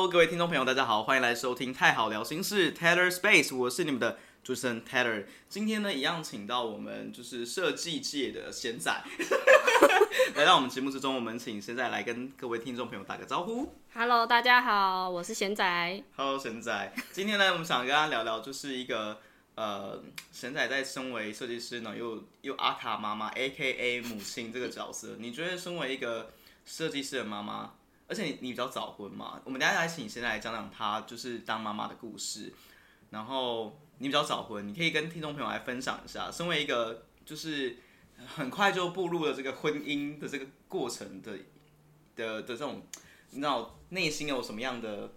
Hello， 各位听众朋友，大家好，欢迎来收听太好聊心事 Taylor Space， 我是你们的主持人 Taylor。今天呢，一样请到我们就是设计界的贤仔来到我们节目之中，我们请贤仔来跟各位听众朋友打个招呼。 Hello， 大家好，我是贤仔。 Hello， 贤仔。今天呢，我们想跟大家聊聊，就是一个贤仔在身为设计师呢，又阿卡妈妈 ，AKA 母亲这个角色，你觉得身为一个设计师的妈妈？而且你比较早婚嘛，我们等一下来请贤仔来讲讲他就是当妈妈的故事。然后你比较早婚，你可以跟听众朋友来分享一下，身为一个就是很快就步入了这个婚姻的这个过程的这种，你知道内心有什么样的？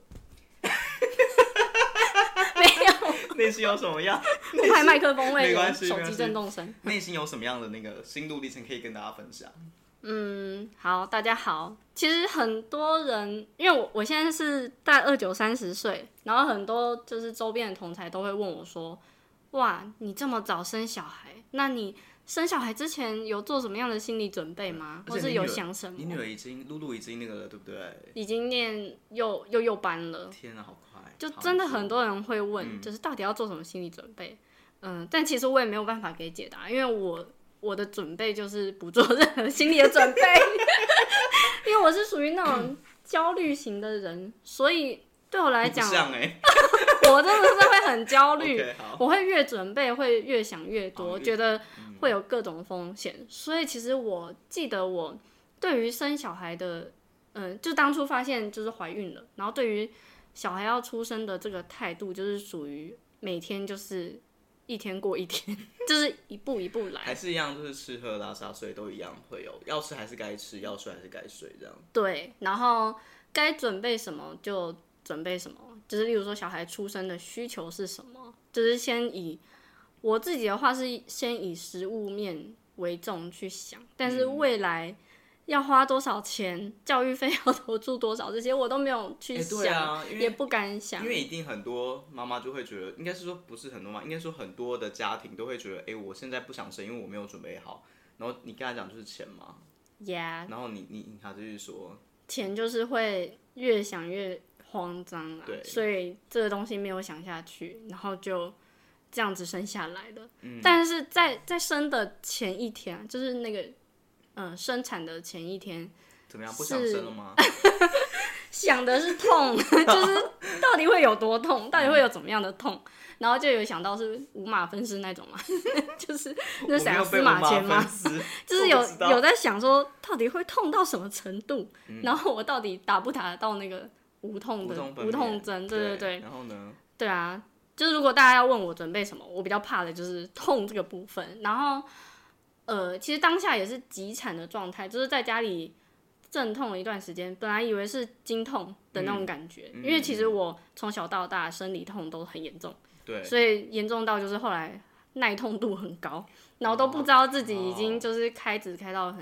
没有， 内心有什么样？ 不拍麦克风会有手机震动声。 内心有什么样的那个心路历程可以跟大家分享？ 好，大家好。其实很多人，因为我现在是大概29、30岁，然后很多就是周边的同侪都会问我说：“哇，你这么早生小孩，那你生小孩之前有做什么样的心理准备吗？或是有想什么？” 你女儿露露已经那个了，对不对？ 已经念幼班了。 天啊，好快！ 就真的很多人会问，就是到底要做什么心理准备？但其实我也没有办法给解答，因为我的准备就是不做任何心理的准备，因为我是属于那种焦虑型的人，所以对我来讲，我真的是会很焦虑。okay, 我会越准备会越想越多，觉得会有各种风险。所以其实我记得我对于生小孩的，就当初发现就是怀孕了，然后对于小孩要出生的这个态度，就是属于每天就是一天过一天，就是一步一步来， 还是一样，就是吃喝拉撒睡都一样会有，要吃还是该吃，要睡还是该睡这样。 对，然后该准备什么就准备什么，就是例如说小孩出生的需求是什么，就是先以我自己的话是先以食物面为重去想，但是未来要花多少钱，教育费要投注多少，这些我都没有去想， 对啊， 也不敢想。 因为一定很多妈妈就会觉得，应该是说不是很多嘛，应该说很多的家庭都会觉得，我现在不想生，因为我没有准备好。然后你跟他讲就是钱嘛 ，Yeah。 然后他就是说， 钱就是会越想越慌张啦，所以这个东西没有想下去，然后就这样子生下来的。但是在生的前一天，就是那个。生产的前一天怎么样？不想生了吗？ 想的是痛，就是到底会有多痛，到底会有怎么样的痛，然后就有想到是五马分尸那种嘛，就是那谁啊，司马迁吗？就是有在想说到底会痛到什么程度，然后我到底打不打得到那个无痛针？对。 然后呢？ 对啊，就是如果大家要问我准备什么，我比较怕的就是痛这个部分，然后。其实当下也是急产的状态，就是在家里阵痛了一段时间，本来以为是经痛的那种感觉，因为其实我从小到大生理痛都很严重， 对， 所以严重到就是后来耐痛度很高，然后都不知道自己已经就是开指开到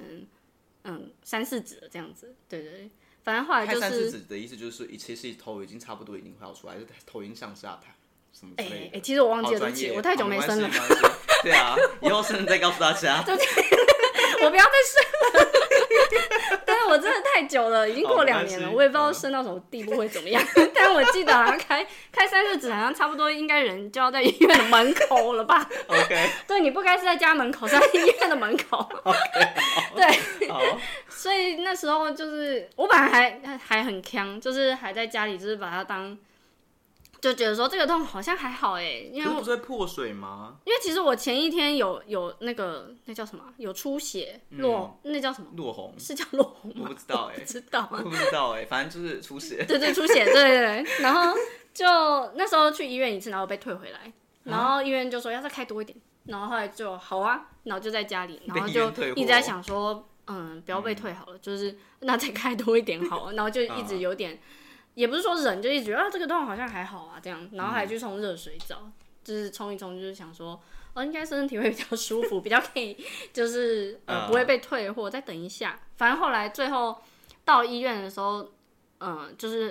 3、4指了这样子，对，反正后来就是开3、4指的意思就是其实头已经差不多已经快要出来，就头已经向下抬。 其实我忘记了，对不起，我太久没生了。 对啊，以后生了再告诉大家。 对，我不要再生了。但是我真的太久了，已经过2年了，我也不知道生到什么地步会怎么样。但是我记得好像开3、4指，好像差不多应该人就要在医院的门口了吧 ？OK。 对，你不该是在家门口，是在医院的门口。 OK。 对。所以那时候就是我本来还很呛，就是还在家里就是把它当。就觉得说这个痛好像还好因为可是不是会破水吗？ 因为其实我前一天有那叫什么，有出血那叫什么？ 落红是叫落红吗？ 我不知道不知道我不知道反正就是出血。 对，出血，对。然后就那时候去医院一次，然后被退回来，然后医院就说要再开多一点，然后后来就好啊，然后就在家里，然后就一直在想说，不要被退好了，就是那再开多一点好了，然后就一直有点。也不是说忍，就一直觉得这个痛好像还好啊，这样，然后还去冲热水澡，就是冲一冲，就是想说，应该身体会比较舒服，比较可以，就是不会被退货，再等一下。反正后来最后到医院的时候，就是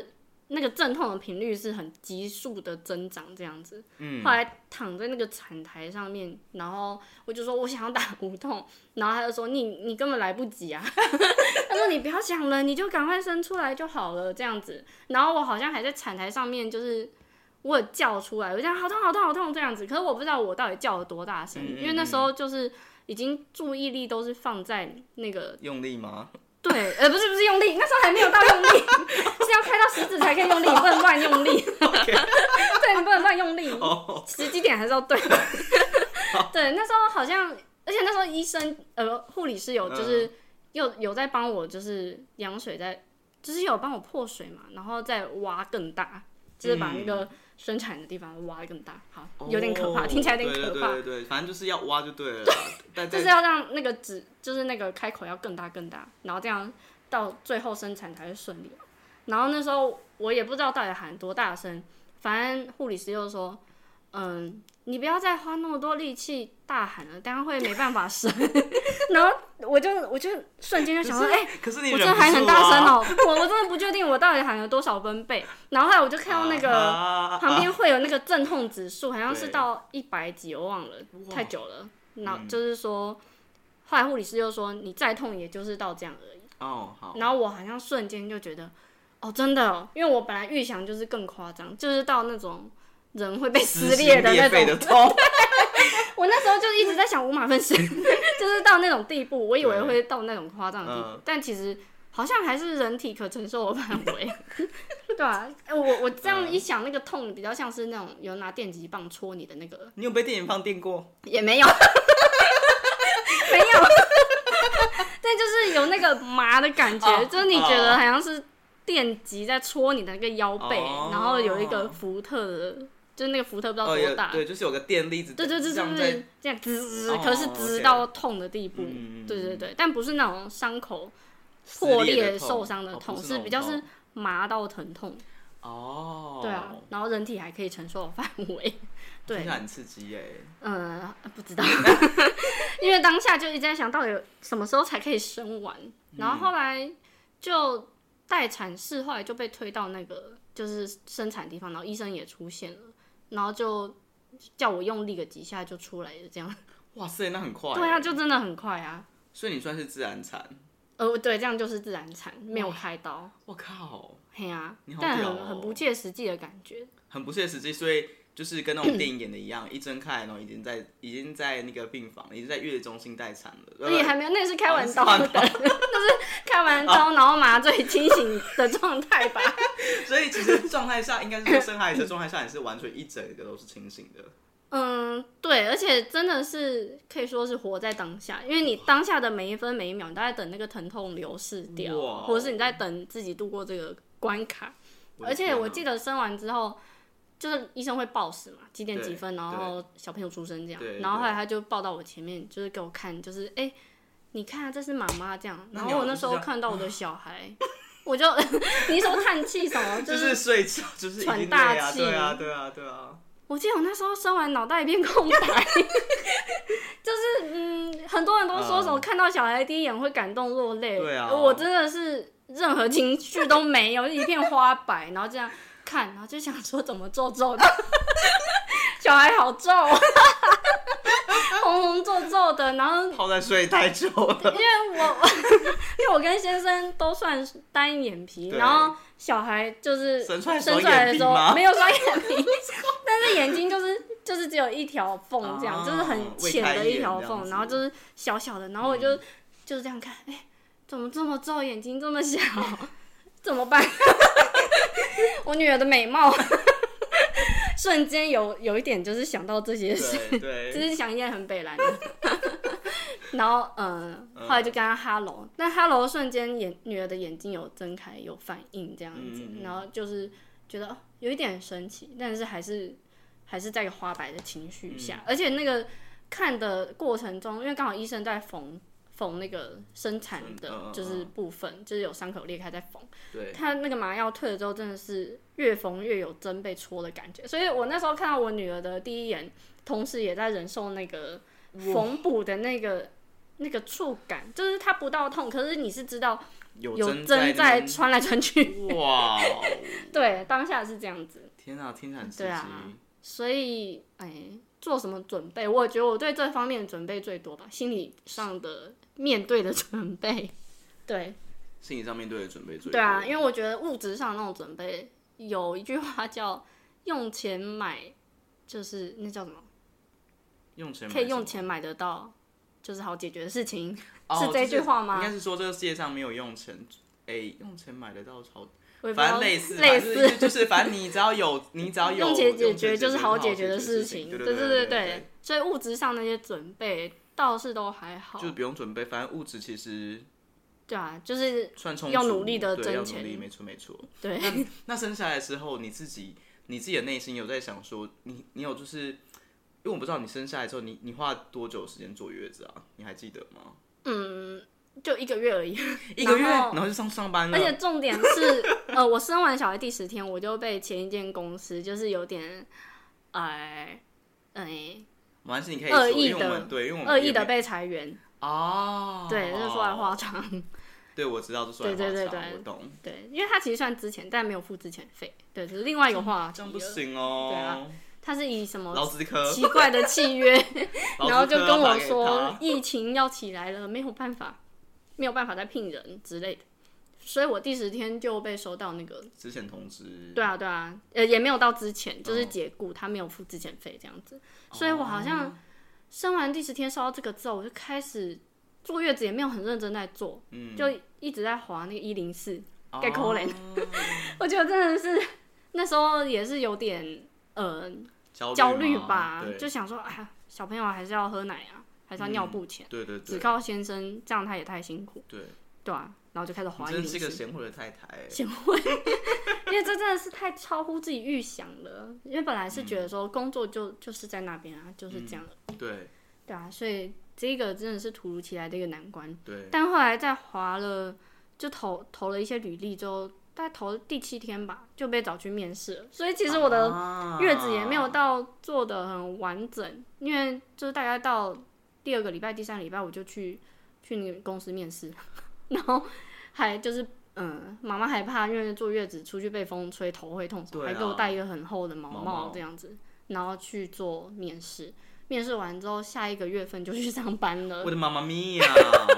那个阵痛的频率是很急速的增长这样子。后来躺在那个产台上面，然后我就说我想要打无痛，然后他就说你根本来不及啊，他说你不要想了，你就赶快生出来就好了这样子。然后我好像还在产台上面就是我有叫出来，我这样好痛好痛好痛这样子，可是我不知道我到底叫了多大声，因为那时候就是已经注意力都是放在那个用力吗？ 对，不是用力，那时候还没有到用力，是要开到食指才可以用力，你不能乱用力。对，你不能乱用力，时机点还是要对的。对，那时候好像，而且那时候医生护理师有就是有在帮我就是羊水在，就是有帮我破水嘛，然后再挖更大，就是把那个生产的地方挖得更大。好，有点可怕，听起来有点可怕。 对，反正就是要挖就对了啦。 就是要让那个就是那个开口要更大更大，然后这样到最后生产才会顺利。然后那时候我也不知道到底喊多大声，反正护理师就说，你不要再花那么多力气大喊了，当然会没办法生。然后我就瞬间就想说， 可是你我真的喊很大声哦，我真的不确定我到底喊了多少分贝。然后后来我就看到那个旁边会有那个阵痛指数，好像是到100几，我忘了，太久了。然后就是说，后来护理师就说，你再痛也就是到这样而已。 好。 然后我好像瞬间就觉得，真的哦，因为我本来预想就是更夸张，就是到那种人会被撕裂的那种痛。 我那时候就一直在想五马分尸，就是到那种地步，我以为会到那种夸张的地步，但其实好像还是人体可承受的范围。对啊，我这样一想，那个痛比较像是那种有拿电击棒戳你的那个。 你有被电击棒电过？ 也没有，没有。但就是有那个麻的感觉，就是你觉得好像是电击在戳你的那个腰背，然后有一个福特的，就是那个福特不知道多大， 对，就是有个电力子， 对，这样滋，可是滋到痛的地步，对，但不是那种伤口破裂受伤的痛，是比较是麻到疼痛。对啊，然后人体还可以承受的范围，对， 听起来很刺激耶。 不知道，因为当下就一直在想到底什么时候才可以生完，然后后来就待产室，后来就被推到那个就是生产的地方，然后医生也出现了，然后就叫我用力个几下就出来了，这样。 哇塞，那很快。 对啊，就真的很快啊。 所以你算是自然产？ 对，这样就是自然产，没有开刀。 我靠！ 嘿啊， 你好屌哦， 但很不切实际的感觉。 很不切实际，所以就是跟那种电影演的一样，一睁开，然后已经在那个病房，已经在月子中心待产了。 也还没有，那个是开完刀的，那是开完刀然后麻醉清醒的状态吧。 所以其实状态下，应该是说生孩子的状态下，你是完全一整个都是清醒的。 对，而且真的是可以说是活在当下，因为你当下的每一分每一秒，你都在等那个疼痛流逝掉，或者是你在等自己度过这个关卡。而且我记得生完之后，就是医生会报时嘛，几点几分，然后小朋友出生这样，然后后来他就抱到我前面，就是给我看，就是你看这是妈妈这样，然后我那时候看到我的小孩。我就你说叹气什么？ 就是睡觉，就是喘大气。 对啊。 我记得我那时候生完脑袋一片空白，就是很多人都说什么看到小孩第一眼会感动落泪， 对啊， 我真的是任何情绪都没有，一片花白，然后这样看，然后就想说怎么皱皱的，小孩好皱，红红皱皱的，然后泡在水太久了， 因为我跟先生都算单眼皮，然后小孩就是生出来的时候没有双眼皮，但是眼睛就是只有一条缝这样，就是很浅的一条缝，然后就是小小的，然后我就是这样看，怎么这么皱，眼睛这么小，怎么办？我女儿的美貌。瞬间有一点就是想到这些事，就是想一件很北蓝的，然后后来就跟他哈喽，但哈喽瞬间女儿的眼睛有睁开有反应这样子，然后就是觉得有一点神奇，但是还是在一个花白的情绪下，而且那个看的过程中，因为刚好医生在缝那个生产的就是部分，就是有伤口裂开在缝。对，他那个麻药退了之后，真的是越缝越有针被戳的感觉。所以我那时候看到我女儿的第一眼，同时也在忍受那个缝补的那个触感，就是它不到痛，可是你是知道有针在穿来穿去。 哇， 对，当下是这样子。 天啊，听起来很刺激。 对啊，所以做什么准备？我觉得我对这方面的准备最多吧，心理上的面对的准备。对， 心理上面对的准备最多。 对啊，因为我觉得物质上那种准备，有一句话叫“用钱买”，就是那叫什么？ 用钱可以用钱买得到，就是好解决的事情，是这句话吗？ 应该是说这个世界上没有用钱，用钱买得到好， 反正类似，就是反正你只要有用钱解决就是好解决的事情。 对对，所以物质上那些准备倒是都还好， 就是不用准备，反正物质其实。 对啊，就是算要努力的挣钱， 没错。 对， 那生下来之后，你自己的内心有在想说，你有就是，因为我不知道你生下来之后，你花多久时间坐月子啊？你还记得吗？ 就1个月而已。 1个月，然后就上班了。 而且重点是，我生完小孩第10天，我就被前一间公司就是有点，没关系，你可以恶意的， 因为我们恶意的被裁员。对，这说来话长。 对，我知道，这说来话长， 对， 我懂。 对，因为他其实算之前，但没有付之前费。对，这是另外一个话题。 这样不行哦。 对啊，他是以什么劳资科奇怪的契约，然后就跟我说疫情要起来了，没有办法再聘人之类的，所以我第10天就被收到那个之前通知。 对啊，也没有到之前，就是解雇，他没有付之前费这样子，所以我好像生完第10天收到这个之后，我就开始坐月子，也没有很认真在做，就一直在滑那个104，该可怜。我觉得真的是那时候也是有点焦虑吧，就想说小朋友还是要喝奶啊，还是要尿布钱， 对， 只靠先生这样他也太辛苦，对啊，然后就开始滑104。 真是个贤惠的太太， 贤惠，因为这真的是太超乎自己预想了，因为本来是觉得说工作就是在那边啊，就是这样的，对啊，所以这个真的是突如其来的一个难关。 对， 但后来在滑了，就投了一些履历之后，大概投第7天吧，就被找去面试了。所以其实我的月子也没有到做的很完整，因为就是大概到第2个礼拜、第3个礼拜，我就去那个公司面试，然后还就是妈妈害怕，因为坐月子出去被风吹头会痛，还给我戴一个很厚的毛帽这样子，然后去做面试。面试完之后，下1个月份就去上班了。 我的妈妈咪呀！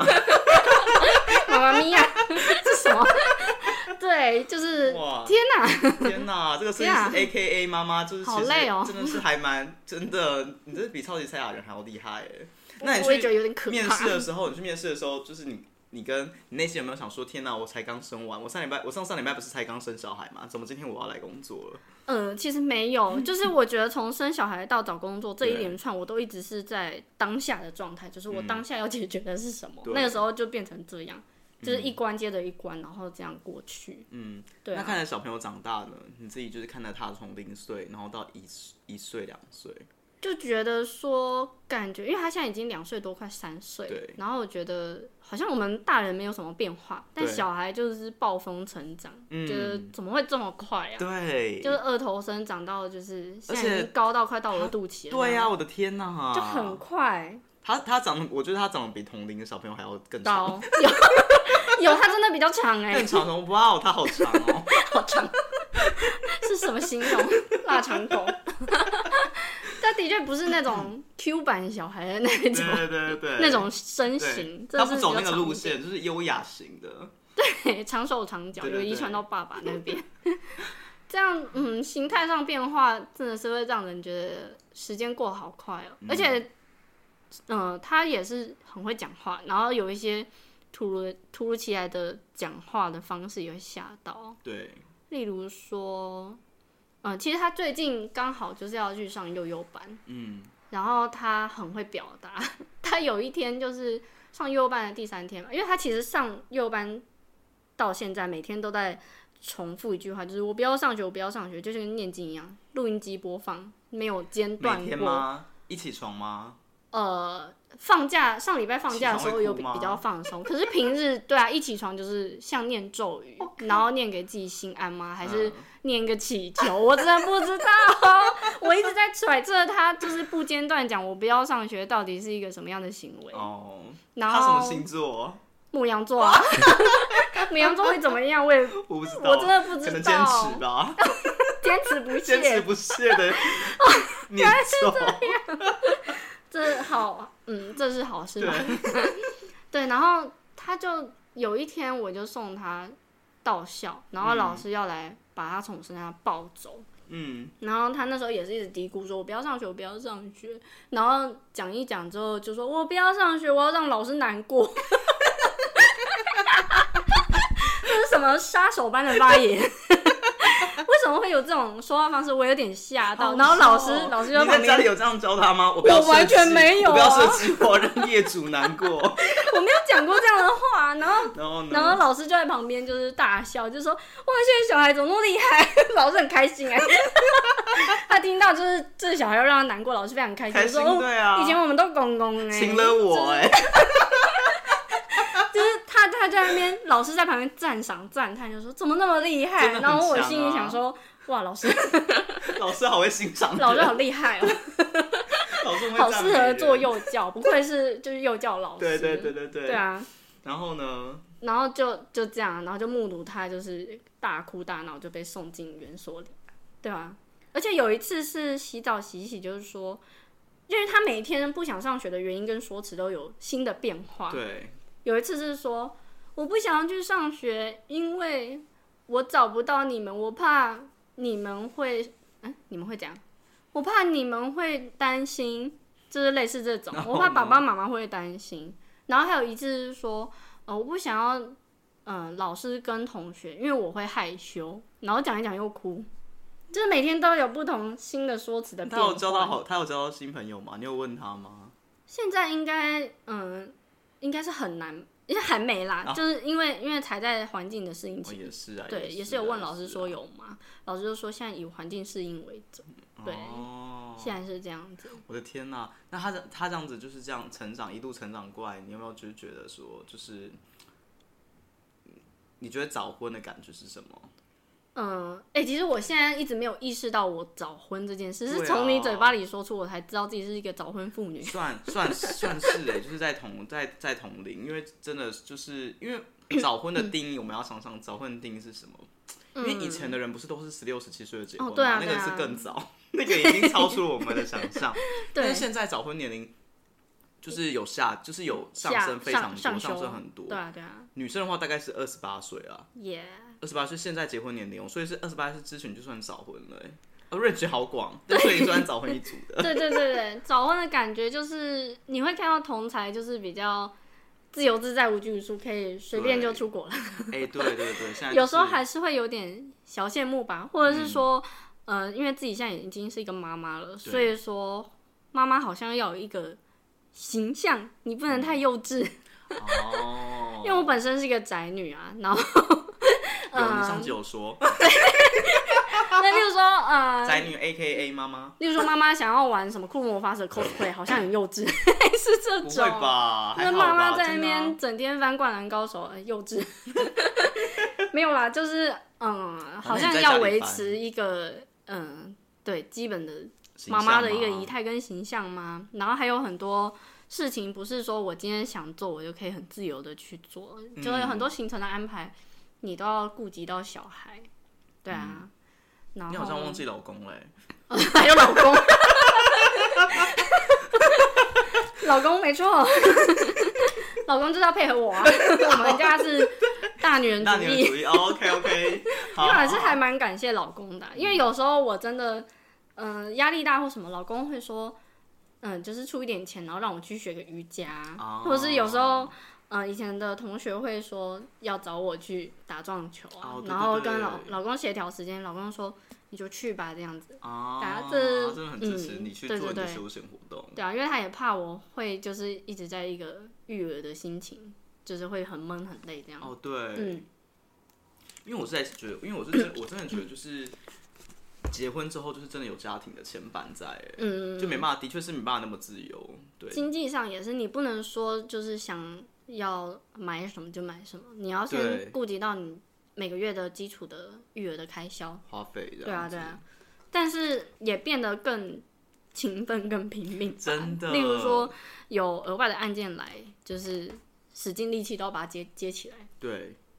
妈妈咪呀，是什么？对，就是天哪， 这个设计师 AKA 妈妈，就是好累哦， 真的是还蛮真的，你这比超级赛亚人还要厉害哎。那你我也觉得有点可怕。 面试的时候，就是你跟你内心有没有想说，天哪，我才刚生完，我上礼拜不是才刚生小孩吗？怎么今天我要来工作了？ 其实没有，就是我觉得从生小孩到找工作这一连串，我都一直是在当下的状态，就是我当下要解决的是什么，那个时候就变成这样，就是一关接着一关，然后这样过去。对。 那看着小朋友长大呢，你自己就是看着他从0岁，然后到1岁、2岁。 就觉得说，感觉因为他现在已经2岁多，快3岁了，然后我觉得好像我们大人没有什么变化，但小孩就是暴风成长，觉得怎么会这么快啊？ 对， 就是2头身长到就是现在已经高到快到我的肚脐了。 对呀，我的天哪， 就很快。 我觉得他长得比同龄的小朋友还要更长。 有，他真的比较长哎， 更长。哇，他好长哦， 好长，是什么形容？腊肠狗。他的确不是那种 Q 版小孩的那种， 对， 那种身形， 他不走那个路线，就是优雅型的， 对，长手长脚，有遗传到爸爸那边。这样，形态上变化真的是会让人觉得时间过得好快哦，而且，他也是很会讲话，然后有一些突如其来的讲话的方式也会吓到， 对， 例如说。其实他最近刚好就是要去上幼幼班，然后他很会表达。他有一天就是上幼幼班的第3天嘛，因为他其实上幼幼班到现在每天都在重复一句话，就是我不要上学，我不要上学，就跟念经一样，录音机播放，没有间断过。 每天吗？一起床吗？ 放假上礼拜放假的时候有比较放松，可是平日对啊，一起床就是像念咒语，然后念给自己心安吗？还是念一个祈求？我真的不知道，我一直在揣测他就是不间断讲我不要上学到底是一个什么样的行为。 哦， 然后他什么星座？ 牧羊座啊， 严重会怎么样？我不知道， 我真的不知道， 可能坚持吧， 坚持不懈， 坚持不懈的念咒。 这好，这是好事吧？对，然后他就有一天，我就送他到校，然后老师要来把他从我身上抱走。然后他那时候也是一直嘀咕说：“我不要上学，我不要上学。”然后讲一讲之后，就说：“我不要上学，我要让老师难过。”这是什么杀手般的发言？为什么会有这种说话方式？我有点吓到。然后老师就在旁边， 你在家里有这样教他吗？我完全没有， 我不要设计话让业主难过。 我没有讲过这样的话。然后老师就在旁边就是大笑，就说：“哇，现在小孩怎么那么厉害？”老师很开心他听到就是这小孩要让他难过，老师非常开心，说：“ 对啊， 以前我们都公公亲了我就是他在那边，老师在旁边赞赏赞叹，就说怎么那么厉害。然后我心里想说，哇，老师好会欣赏， 老师好厉害哦， 老师好适合做幼教，不愧是就是幼教老师。 对啊。 然后呢？ 然后就这样，然后就目睹他就是大哭大闹，就被送进园所里，对啊。而且有一次是洗澡洗洗，就是说，因为他每天不想上学的原因跟说辞都有新的变化。 对。 有一次是说，我不想要去上学，因为我找不到你们，我怕你们会，你们会怎样？我怕你们会担心，就是类似这种，我怕爸爸妈妈会担心。然后还有一次是说，我不想要，老师跟同学，因为我会害羞，然后讲一讲又哭，就是每天都有不同新的说辞的变化。 他有交到新朋友吗？你有问他吗？ 现在应该是很难，因为还没啦，就是因为才在环境的适应期。 也是啊， 对，也是有问老师说有吗？老师就说现在以环境适应为主，对，现在是这样子。 我的天哪，那他这样子就是这样成长，一路成长过来，你有没有就是觉得说，就是你觉得早婚的感觉是什么？ 其实我现在一直没有意识到我早婚这件事，是从你嘴巴里说出，我才知道自己是一个早婚妇女。 算是就是在同龄，因为真的就是因为早婚的定义，我们要想想早婚的定义是什么？因为以前的人不是都是16、17岁就结婚吗？ 对啊， 那个是更早，那个已经超出了我们的想象。但是现在早婚年龄就是有上升非常多，上升很多。 对啊。 女生的话大概是28岁啊。28岁现在结婚年龄，所以是28岁之前就算早婚了range 好广，所以算早婚一族的。 对，早婚的感觉就是你会看到同才就是比较自由自在、无拘无束，可以随便就出国了。 对，现在有时候还是会有点小羡慕吧，或者是说，因为自己现在已经是一个妈妈了，所以说妈妈好像要有一个形象，你不能太幼稚。因为我本身是一个宅女啊，然后你上集有说， 那例如说宅女 AKA 妈妈， 例如说妈妈想要玩什么酷魔法使 cosplay， 好像很幼稚，是这种。 不会吧？ 那妈妈在那边整天翻灌篮高手，幼稚。没有啦，就是好像要维持一个对基本的妈妈的一个仪态跟形象嘛，然后还有很多事情不是说我今天想做我就可以很自由的去做，就是有很多行程的安排你都要顾及到小孩，对啊。然后你好像忘记老公嘞， 还有老公，老公没错，老公就是要配合我啊，我们家是大女人主义。 OK， 因为还是还蛮感谢老公的，因为有时候我真的压力大或什么，老公会说就是出一点钱，然后让我去学个瑜伽，或者是有时候以前的同学会说要找我去打撞球啊，然后跟老公协调时间，老公说你就去吧这样子。 真的很支持你去做你的休闲活动。 对啊，因为他也怕我会就是一直在一个育儿的心情，就是会很闷很累这样。 对。因为我是在觉得，因为我真的觉得就是结婚之后就是真的有家庭的牵绊在，就没办法，的确是没办法那么自由。对， 经济上也是，你不能说就是想要买什么就买什么，你要先顾及到你每个月的基础的育儿的开销花费。 对啊，但是也变得更勤奋、更拼命。 真的， 例如说有额外的案件来，就是使尽力气都要把它接起来。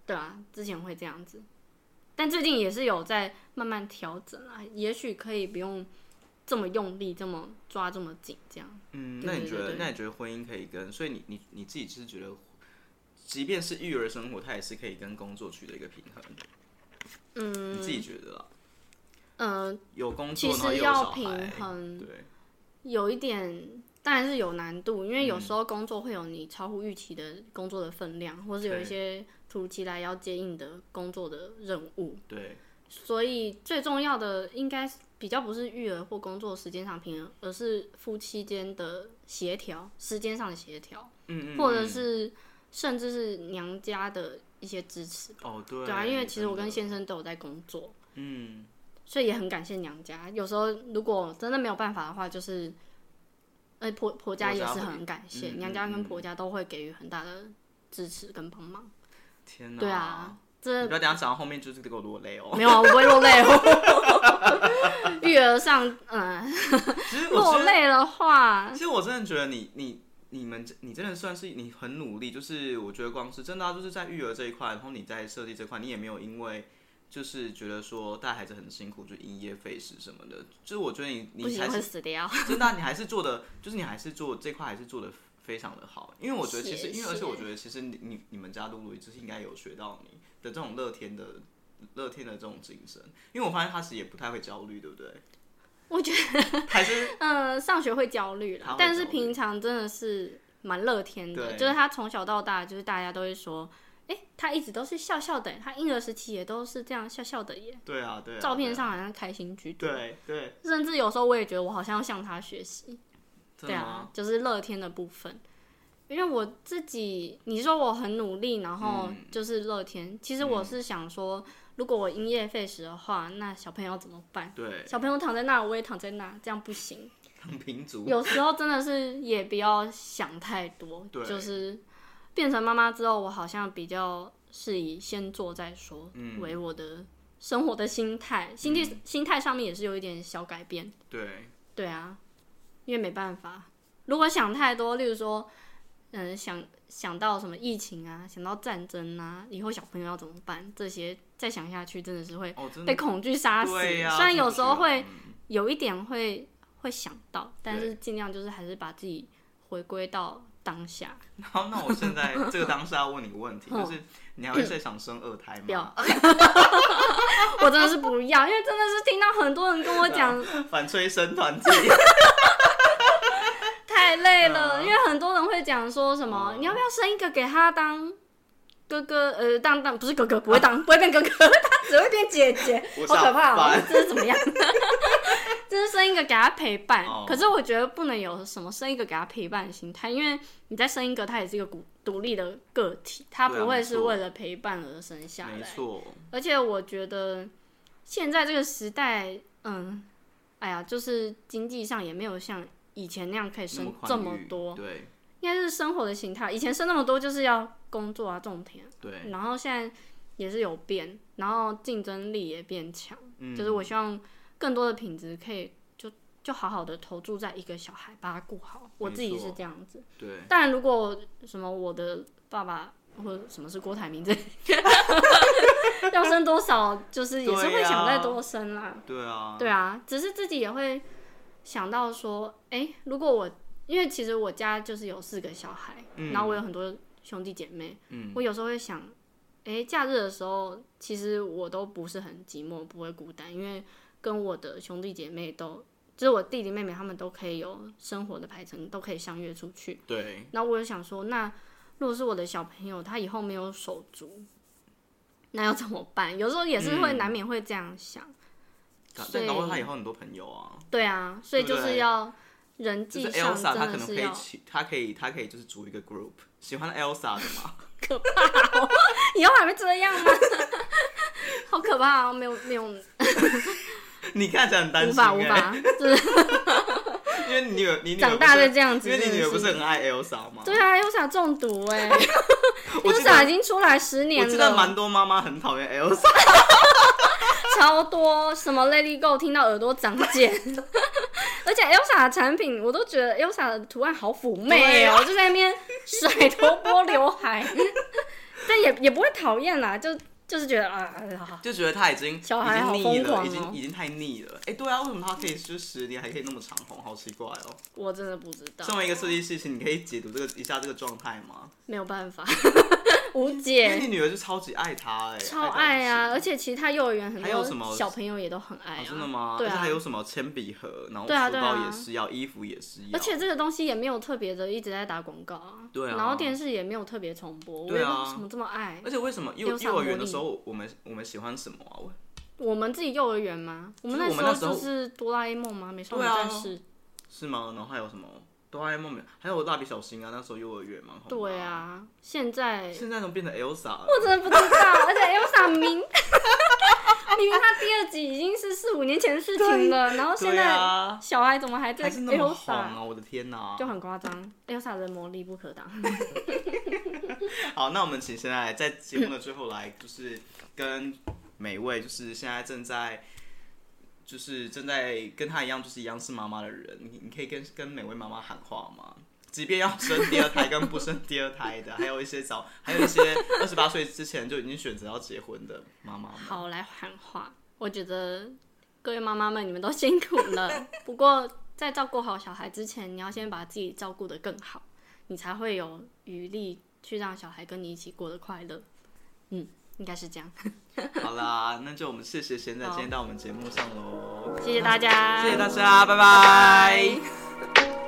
对啊，之前会这样子，但最近也是有在慢慢调整啦，也许可以不用这么用力，这么抓这么紧，这样。 那你觉得婚姻可以跟，所以你自己是觉得，即便是育儿生活，它也是可以跟工作取得一个平衡。你自己觉得啦？有工作， 其实要平衡， 对， 有一点当然是有难度，因为有时候工作会有你超乎预期的工作的分量，或是有一些突如其来要接应的工作的任务。 对， 所以最重要的应该比较不是育儿或工作时间上平衡，而是夫妻间的协调，时间上的协调，或者是甚至是娘家的一些支持。 对啊，因为其实我跟先生都有在工作，所以也很感谢娘家。有时候如果真的没有办法的话，就是婆家也是很感谢，娘家跟婆家都会给予很大的支持跟帮忙。 天哪！ 对啊， 你不要等一下讲到后面就是给我落泪哦。 没有啊，我不会落泪哦。育儿上，落泪的话， 其实我真的觉得你真的算是你很努力，就是我觉得光是真的就是在育儿这一块，然后你在设计这块，你也没有因为就是觉得说带孩子很辛苦就因噎废食什么的，就是我觉得你还是会死掉， 真的你还是做的，就是你还是做这块还是做的非常的好，因为我觉得其实而且我觉得其实你们家露露就是应该有学到你的这种乐天的这种精神，因为我发现他其实也不太会焦虑，对不对？ 我觉得还是上学会焦虑啦，但是平常真的是蛮乐天的，就是他从小到大就是大家都会说。他一直都是笑笑的，他婴儿时期也都是这样笑笑的耶。 对啊，对啊。 照片上好像开心居多。 对。 甚至有时候我也觉得我好像要向他学习。 对啊，就是乐天的部分。因为我自己，你说我很努力，然后就是乐天。其实我是想说，如果我因噎废食的话，那小朋友怎么办？ 对。 小朋友躺在那，我也躺在那，这样不行。 躺平族。 有时候真的是也不要想太多，就是。变成妈妈之后，我好像比较是以先做再说为我的生活的心态，心态上面也是有一点小改变。对啊，因为没办法，如果想太多，例如说，想到什么疫情啊，想到战争啊，以后小朋友要怎么办，这些再想下去，真的是会被恐惧杀死。虽然有时候会有一点会想到，但是尽量就是还是把自己回归到。当下， 好，那我现在这个当下要问你个问题，就是你还会再想生2胎吗？ 不要，我真的是不要，因为真的是听到很多人跟我讲反催生团体， 太累了，因为很多人会讲说什么，你要不要生一个给他当哥哥？当不是哥哥，不会变哥哥，他只会变姐姐，好可怕哦！这是怎么样？就是生一个给他陪伴，可是我觉得不能有什么生一个给他陪伴的心态，因为你再生一个，他也是一个独立的个体，他不会是为了陪伴而生下来。 没错。 而且我觉得现在这个时代，就是经济上也没有像以前那样可以生这么多。 对。 应该是生活的形态，以前生那么多就是要工作啊、种田。 对。 然后现在也是有变，然后竞争力也变强。就是我希望。更多的品质可以就好好的投注在一个小孩，把他顾好。我自己是这样子。 对。 当然，如果什么我的爸爸或者什么是郭台铭这要生多少，就是也是会想再多生啦。 对啊。 对啊，只是自己也会想到说，如果因为其实我家就是有4个小孩，然后我有很多兄弟姐妹，我有时候会想，假日的时候，其实我都不是很寂寞，不会孤单，因为。跟我的兄弟姐妹就是我弟弟妹妹，他们都可以有生活的排程，都可以相约出去。 对。 然后我就想说，那如果是我的小朋友，他以后没有手足，那要怎么办？有时候也是会难免会这样想。 但搞不好他以后很多朋友啊。 对啊，所以就是要人际上真的是要。 他可以就是组一个 group， 喜欢 Elsa 的吗？ 可怕哦！以后还会这样吗？好可怕哦！没有。 你看起来很担心， 无法， 因为你长大就这样子， 因为你女儿不是很爱 Elsa 吗？ 对啊 ，Elsa 中毒Elsa 已经出来10年了。 我记得蛮多妈妈很讨厌 Elsa， 超多，什么 Let It Go 听到耳朵长茧，而且 Elsa 的产品我都觉得 Elsa 的图案好妩媚哦，就在那边甩头拨刘海。 但也不会讨厌啦，就是觉得啊， 就觉得他已经小孩好腻了， 疯狂已经太腻了。对啊，为什么他可以就10年还可以那么长红？好奇怪哦。 我真的不知道。 身为一个设计师，你可以解读一下这个状态吗？ 没有办法，无解。 因为你女儿就超级爱他超爱啊！而且其他幼儿园很多还有什么小朋友也都很爱啊。 真的吗？ 对啊。 而且还有什么铅笔盒，然后书包也是要，衣服也是要。 而且这个东西也没有特别的一直在打广告啊。 对啊。 然后电视也没有特别重播， 对啊。 为什么这么爱？ 而且为什么幼儿园的时候我们喜欢什么啊？ 我们自己幼儿园吗？我们那时候就是哆啦 A 梦吗？美少女战士。 是吗？然后还有什么？哆啦 A 梦，还有蜡笔小新啊，那时候幼儿园蛮红的。 对啊，现在怎么变成 Elsa 了？ 我真的不知道，而且 Elsa 明明他第2集已经是4、5年前的事情了，然后现在小孩怎么还在 Elsa 那么红啊？我的天哪， 就很夸张 ，Elsa 的魔力不可挡。 好，那我们请现在在节目的最后来，就是跟每位就是现在正在跟他一样，就是一样是妈妈的人，你可以跟每位妈妈喊话吗？即便要生第2胎跟不生第2胎的，还有一些28岁之前就已经选择要结婚的妈妈们。 好，来喊话。我觉得各位妈妈们，你们都辛苦了。不过在照顾好小孩之前，你要先把自己照顾得更好，你才会有余力去让小孩跟你一起过得快乐。应该是这样。 好啦，那就我们谢谢贤仔今天到我们节目上喽。 谢谢大家， 谢谢大家，拜拜。